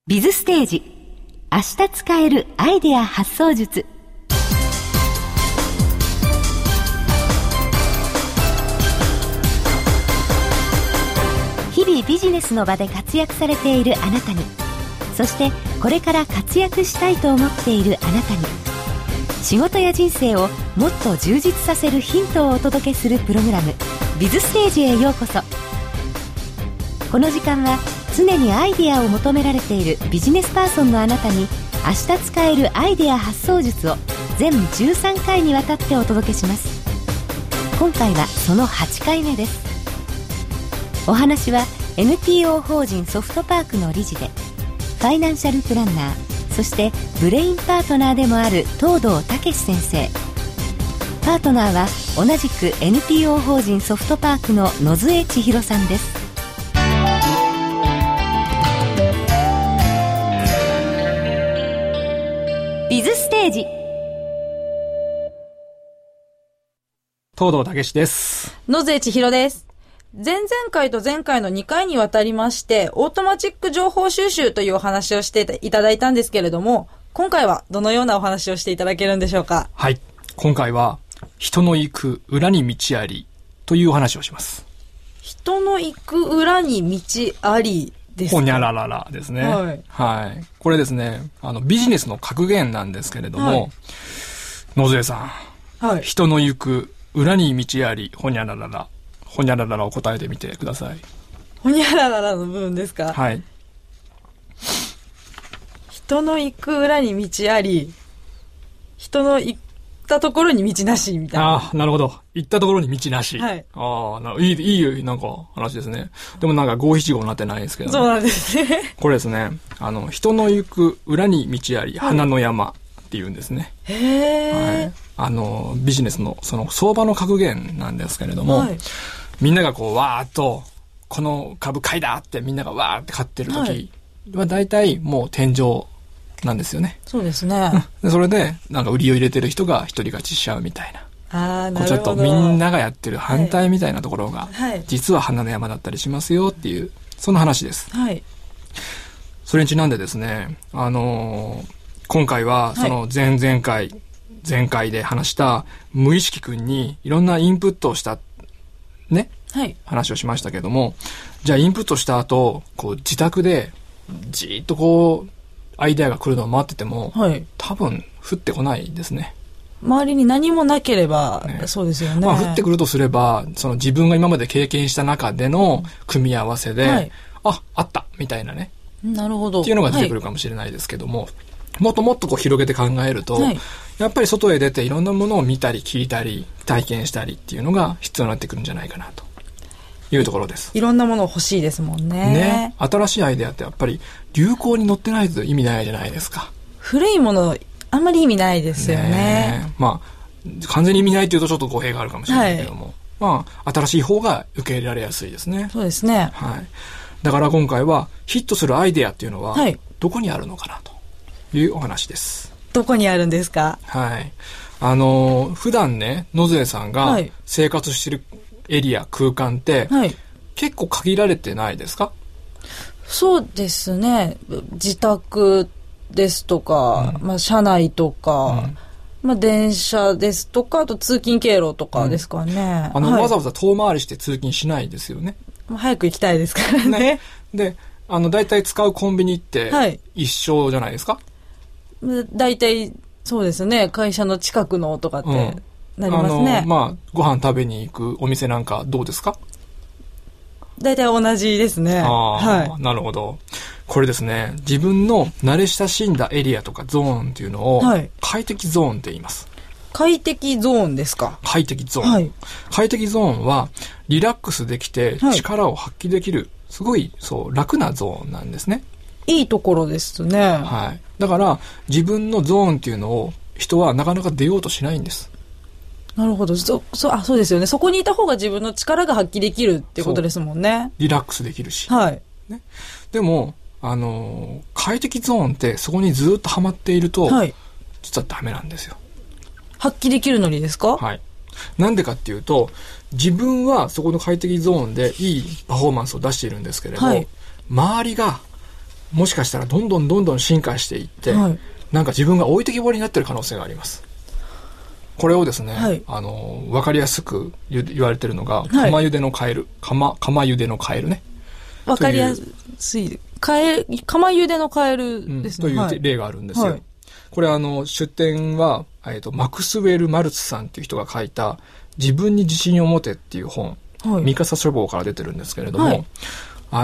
ビズステージ、明日使えるアイデア発想術。日々ビジネスの場で活躍されているあなたに、そしてこれから活躍したいと思っているあなたに、仕事や人生をもっと充実させるヒントをお届けするプログラム、ビズステージへようこそ。この時間は常にアイデアを求められているビジネスパーソンのあなたに、明日使えるアイデア発想術を全13回にわたってお届けします。今回はその8回目です。お話は NPO 法人ソフトパークの理事でファイナンシャルプランナー、そしてブレインパートナーでもある東堂武先生。パートナーは同じく NPO 法人ソフトパークの野添千尋さんです。ビズステージ、 東堂武です。 野添千尋です。前々回と前回の2回にわたりまして、オートマチック情報収集というお話をしていただいたんですけれども、今回はどのようなお話をしていただけるんでしょうか。 はい。今回は、人の行く裏に道ありというお話をします。 人の行く裏に道ありですか。 ほにゃらららですね。 はい。 はい。これですね、ビジネスの格言なんですけれども、はい、野添さん、はい、人の行く裏に道あり、ほにゃららら。ほにゃらららを答えてみてください。 ほにゃらららの部分ですか。 はい。 人の行く裏に道あり、人の行ったところに道なしみたいな。 ああ、なるほど。行ったところに道なし。 はい。 ああ、いいなんか話ですね。でもなんか五七五になってないですけど、ね。 そうなんですね。 これですね。人の行く裏に道あり、花の山っていうんですね。 へー。はい。ビジネスのその相場の格言なんですけれども、はい、みんながこうわーっとこの株買いだってみんながわーって買ってる時は大体もう天井なんですよね。 そうですね。 でそれでなんか売りを入れてる人が一人勝ちしちゃうみたいな。 あー、なるほど。 ちょっとみんながやってる反対みたいなところが、 はい、 実は花の山だったりしますよっていうその話です。 はい。 それにちなんでですね、今回はその前回で話した無意識くんにいろんなインプットをしたね、はい、話をしましたけども、じゃあインプットした後こう自宅でじーっとこうアイデアが来るのを待ってても、はい、多分降ってこないですね。 周りに何もなければ、ね、そうですよね。 まあ降ってくるとすればその自分が今まで経験した中での組み合わせで、はい、あったみたいなね、 なるほどっていうのが出てくるかもしれないですけども、はい、もっともっとこう広げて考えると、はい、やっぱり外へ出ていろんなものを見たり聞いたり体験したりっていうのが必要になってくるんじゃないかなというところです。 いろんなもの欲しいですもんね。 ね、新しいアイデアってやっぱり流行に乗ってないと意味ないじゃないですか。 古いものあんまり意味ないですよ ね。 まあ完全に意味ないというとちょっと語弊があるかもしれないけども、はい、まあ新しい方が受け入れられやすいですね。 そうですね。 はい。だから今回はヒットするアイデアっていうのはどこにあるのかなというお話です。 どこにあるんですか。 はい。普段ね、野添さんが生活してるエリア、空間って、はい、結構限られてないですか？ そうですね。自宅ですとか、まあ、車内とか、まあ、電車ですとか、あと通勤経路とかですかね。 はい、わざわざ遠回りして通勤しないですよね。 早く行きたいですからね。 で、だいたい使うコンビニって一緒じゃないですか？ だいたいそうですね。会社の近くのとかってなりますね。 まあ、ご飯食べに行くお店なんかどうですか？ だいたい同じですね。 はい。なるほど。これですね、自分の慣れ親しんだエリアとかゾーンっていうのを、はい、快適ゾーンって言います。 快適ゾーンですか？ 快適ゾーン。はい、快適ゾーンはリラックスできて力を発揮できる、すごいそう楽なゾーンなんですね。 いいところですね。 はい。だから自分のゾーンっていうのを人はなかなか出ようとしないんです。 なるほど。そうですよね。そこにいた方が自分の力が発揮できるってことですもんね。 リラックスできるし。 はい。 ね。でも快適ゾーンってそこにずっとハマっていると、はい、実はダメなんですよ。 発揮できるのにですか？ はい。なんでかっていうと、自分はそこの快適ゾーンでいいパフォーマンスを出しているんですけれど、はい、周りがもしかしたらどんどん進化していって、 はい、 なんか自分が置いてきぼりになってる可能性があります。これをですね、 はい、 わかりやすく言われてるのが、 はい、 釜茹でのカエル。釜茹でのカエルね。 わかりやすい。釜茹でのカエルですね。 という例があるんですよ。はい、これ出典は、マクスウェル・マルツさんっていう人が書いた、自分に自信を持てっていう本、はい、ミカサ書房から出てるんですけれども、はい、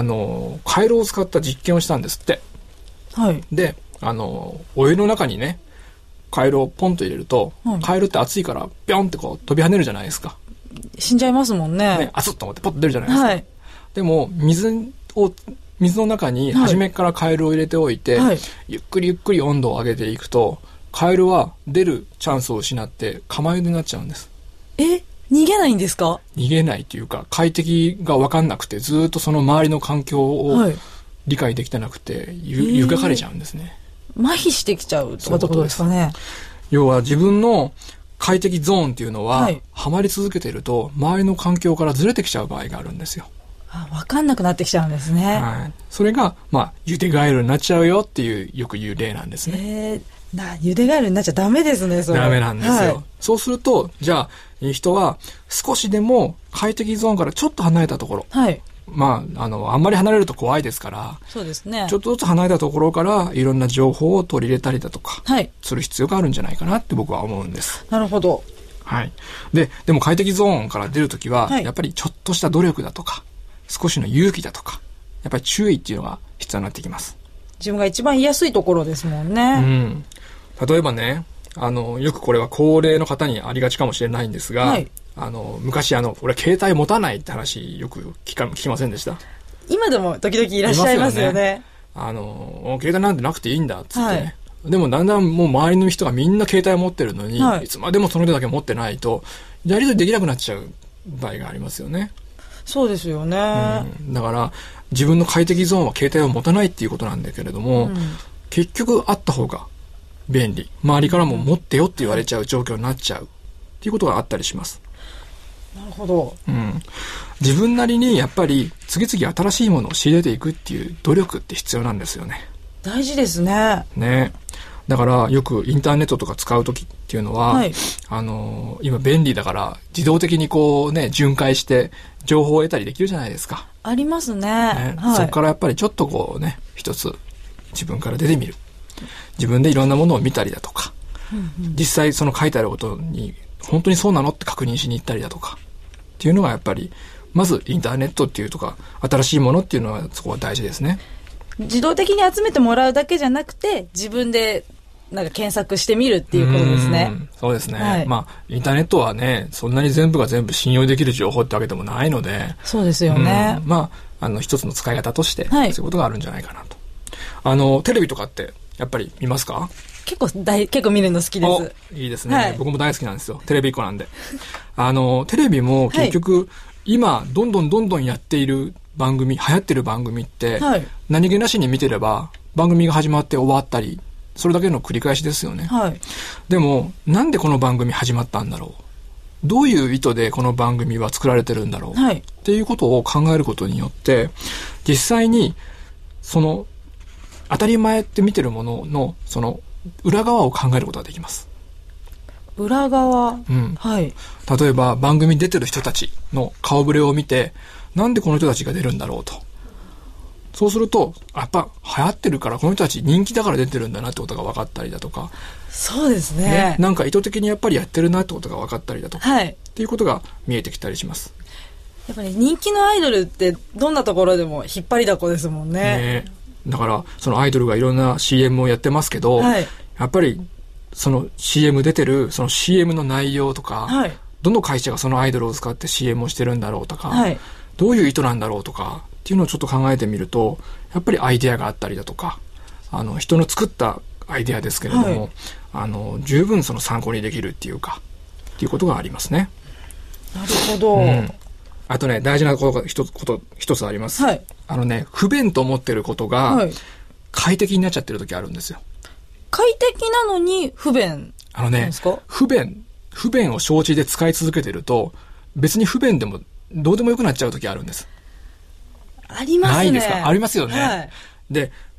カエルを使った実験をしたんですって。はい。で、お湯の中にね、カエルをポンと入れると、はい、カエルって熱いからピョンってこう飛び跳ねるじゃないですか。 死んじゃいますもんね。 熱っと思ってポッと出るじゃないですか。はい、でも水の中に初めからカエルを入れておいて、はい、ゆっくり温度を上げていくと、カエルは出るチャンスを失って釜茹でになっちゃうんです。 逃げないんですか？ 逃げないというか、快適が分かんなくて、ずっとその周りの環境を理解できてなくて、湯がかれちゃうんですね。 麻痺してきちゃうってことですかね。 要は自分の快適ゾーンっていうのは、はい、ハマり続けていると周りの環境からずれてきちゃう場合があるんですよ。 分かんなくなってきちゃうんですね。 はい、それがゆでガエルになっちゃうよっていうよく言う例なんですね。 ゆでガエルになっちゃダメですね。それダメなんですよ。はい、そうするとじゃあ人は少しでも快適ゾーンからちょっと離れたところ、はい、あんまり離れると怖いですから、 そうですね。 ちょっとずつ離れたところからいろんな情報を取り入れたりだとか、はい、する必要があるんじゃないかなって僕は思うんです。 なるほど。 はい。でも快適ゾーンから出るときは、はい、やっぱりちょっとした努力だとか、少しの勇気だとか、やっぱり注意っていうのが必要になってきます。 自分が一番言いやすいところですもんね。うん。 例えばね、よくこれは高齢の方にありがちかもしれないんですが、はい、昔俺携帯持たないって話よく聞きませんでした？ 今でも時々いらっしゃいますよね。 携帯なんてなくていいんだっつって、はい、でもだんだんもう周りの人がみんな携帯を持ってるのに、はい、いつまでもその手だけ持ってないとやり取りできなくなっちゃう場合がありますよね。 そうですよね。 だから自分の快適ゾーンは携帯を持たないっていうことなんだけれども、結局あった方が便利、周りからも持ってよって言われちゃう状況になっちゃうっていうことがあったりします。 なるほど。 自分なりにやっぱり次々新しいものを仕入れていくっていう努力って必要なんですよね。 大事ですね。 だからよくインターネットとか使うときっていうのは、はい、今便利だから自動的にこうね巡回して情報を得たりできるじゃないですか。 ありますね。 はい、そこからやっぱりちょっとこうね一つ自分から出てみる。自分でいろんなものを見たりだとか、実際その書いてあることに本当にそうなのって確認しに行ったりだとかっていうのがやっぱりまずインターネットっていうとか新しいものっていうのはそこは大事ですね。 自動的に集めてもらうだけじゃなくて自分でなんか検索してみるっていうことですね。 そうですね。はい、インターネットはねそんなに全部が全部信用できる情報ってわけでもないので。 そうですよね。 一つの使い方として、はい、そういうことがあるんじゃないかなと。テレビとかってやっぱり見ますか？ 結構見るの好きです。 いいですね、はい、僕も大好きなんですよ。テレビっ子なんで。テレビも結局、はい、今どんどんやっている番組、流行ってる番組って、はい、何気なしに見てれば番組が始まって終わったり、それだけの繰り返しですよね。はい、でもなんでこの番組始まったんだろう、どういう意図でこの番組は作られてるんだろう、はい、っていうことを考えることによって実際にその当たり前って見てるもののその裏側を考えることができます。 裏側、はい。 例えば番組に出てる人たちの顔ぶれを見て、なんでこの人たちが出るんだろうと。そうするとやっぱ流行ってるからこの人たち人気だから出てるんだなってことが分かったりだとか。 そうですね。 なんか意図的にやっぱりやってるなってことが分かったりだとか、はい、っていうことが見えてきたりします。 やっぱり人気のアイドルってどんなところでも引っ張りだこですもんね。 だからそのアイドルがいろんな CM をやってますけど、はい、やっぱりその CM 出てるその CM の内容とか、はい、どの会社がそのアイドルを使って CM をしてるんだろうとか、はい、どういう意図なんだろうとかっていうのをちょっと考えてみるとやっぱりアイデアがあったりだとか、人の作ったアイデアですけれども、はい、十分その参考にできるっていうかっていうことがありますね。 なるほど。 あとね大事なことが一つあります。はい、不便と思ってることが快適になっちゃってる時あるんですよ。 快適なのに不便なんですか？ 不便を承知で使い続けてると別に不便でもどうでもよくなっちゃう時あるんです。 ありますね。 ないですか？ありますよね。はい、で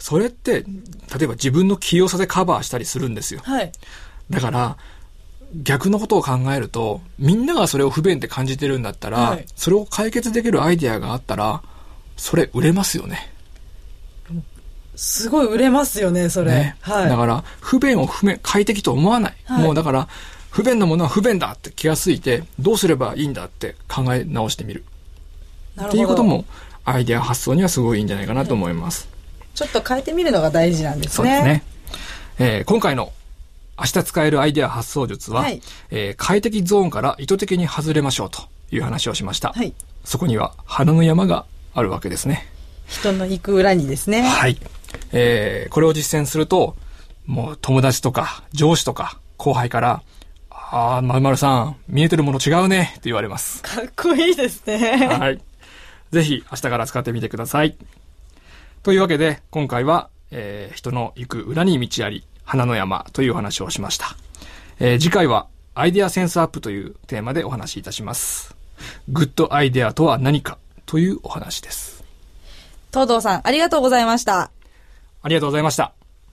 それって例えば自分の器用さでカバーしたりするんですよ。 はい。 だから逆のことを考えると、みんながそれを不便って感じてるんだったら、はい、それを解決できるアイデアがあったら、それ売れますよね。 すごい売れますよね、それ。 ね、 はい。 だから不便を快適と思わない。はい、もうだから不便なものは不便だって気がついて、どうすればいいんだって考え直してみる。っていうこともアイデア発想にはすごいいいんじゃないかなと思います。 ちょっと変えてみるのが大事なんですね。 そうですね。今回の明日使えるアイデア発想術は、はい、快適ゾーンから意図的に外れましょうという話をしました。はい、そこには花の山があるわけですね。 人の行く裏にですね。 はい。これを実践すると、もう友達とか上司とか後輩から、〇〇さん、見えてるもの違うねって言われます。 かっこいいですね。 はい。ぜひ明日から使ってみてください。というわけで、今回は、人の行く裏に道あり、花の山というお話をしました。次回はアイデアセンスアップというテーマでお話しいたします。グッドアイデアとは何かというお話です。 東堂さん、ありがとうございました。 ありがとうございました。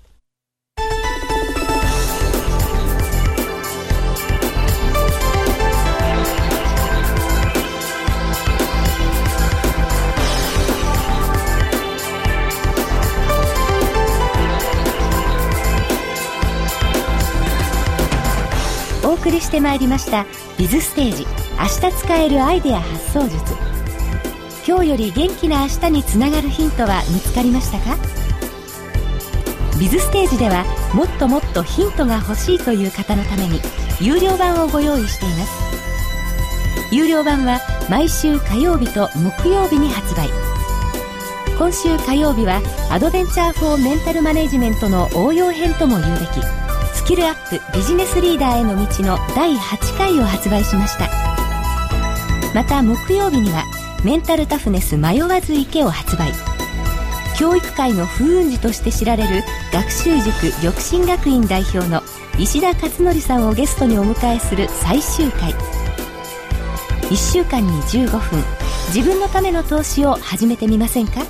お送りしてまいりましたビズステージ明日使えるアイデア発想術。今日より元気な明日につながるヒントは見つかりましたか？ビズステージではもっともっとヒントが欲しいという方のために有料版をご用意しています。有料版は毎週火曜日と木曜日に発売。今週火曜日はアドベンチャーフォーメンタルマネジメントの応用編とも言うべきスキルアップビジネスリーダーへの道の第8回を発売しました。また木曜日にはメンタルタフネス迷わず池を発売。教育界の風雲児として知られる学習塾緑進学院代表の石田勝則さんをゲストにお迎えする最終回。1週間に15分、自分のための投資を始めてみませんか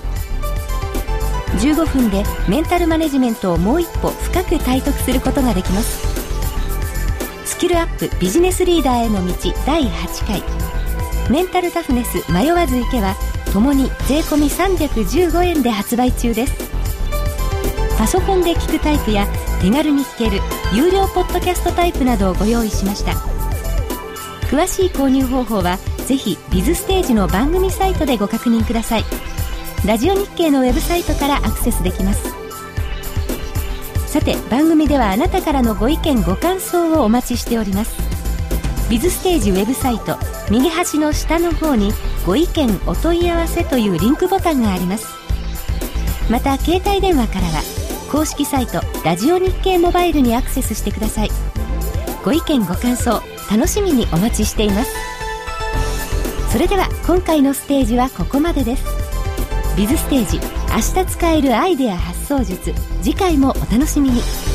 ？15分でメンタルマネジメントをもう一歩深く体得することができます。スキルアップビジネスリーダーへの道第8回メンタルタフネス迷わず池はともに税込み315円で発売中です。パソコンで聞くタイプや手軽に聞ける有料ポッドキャストタイプなどをご用意しました。詳しい購入方法はぜひビズステージの番組サイトでご確認ください。ラジオ日経のウェブサイトからアクセスできます。さて番組ではあなたからのご意見ご感想をお待ちしております。ビズステージウェブサイト右端の下の方にご意見お問い合わせというリンクボタンがあります。また携帯電話からは公式サイトラジオ日経モバイルにアクセスしてください。ご意見ご感想楽しみにお待ちしています。それでは今回のステージはここまでです。ビズステージ明日使えるアイデア発想術、次回もお楽しみに。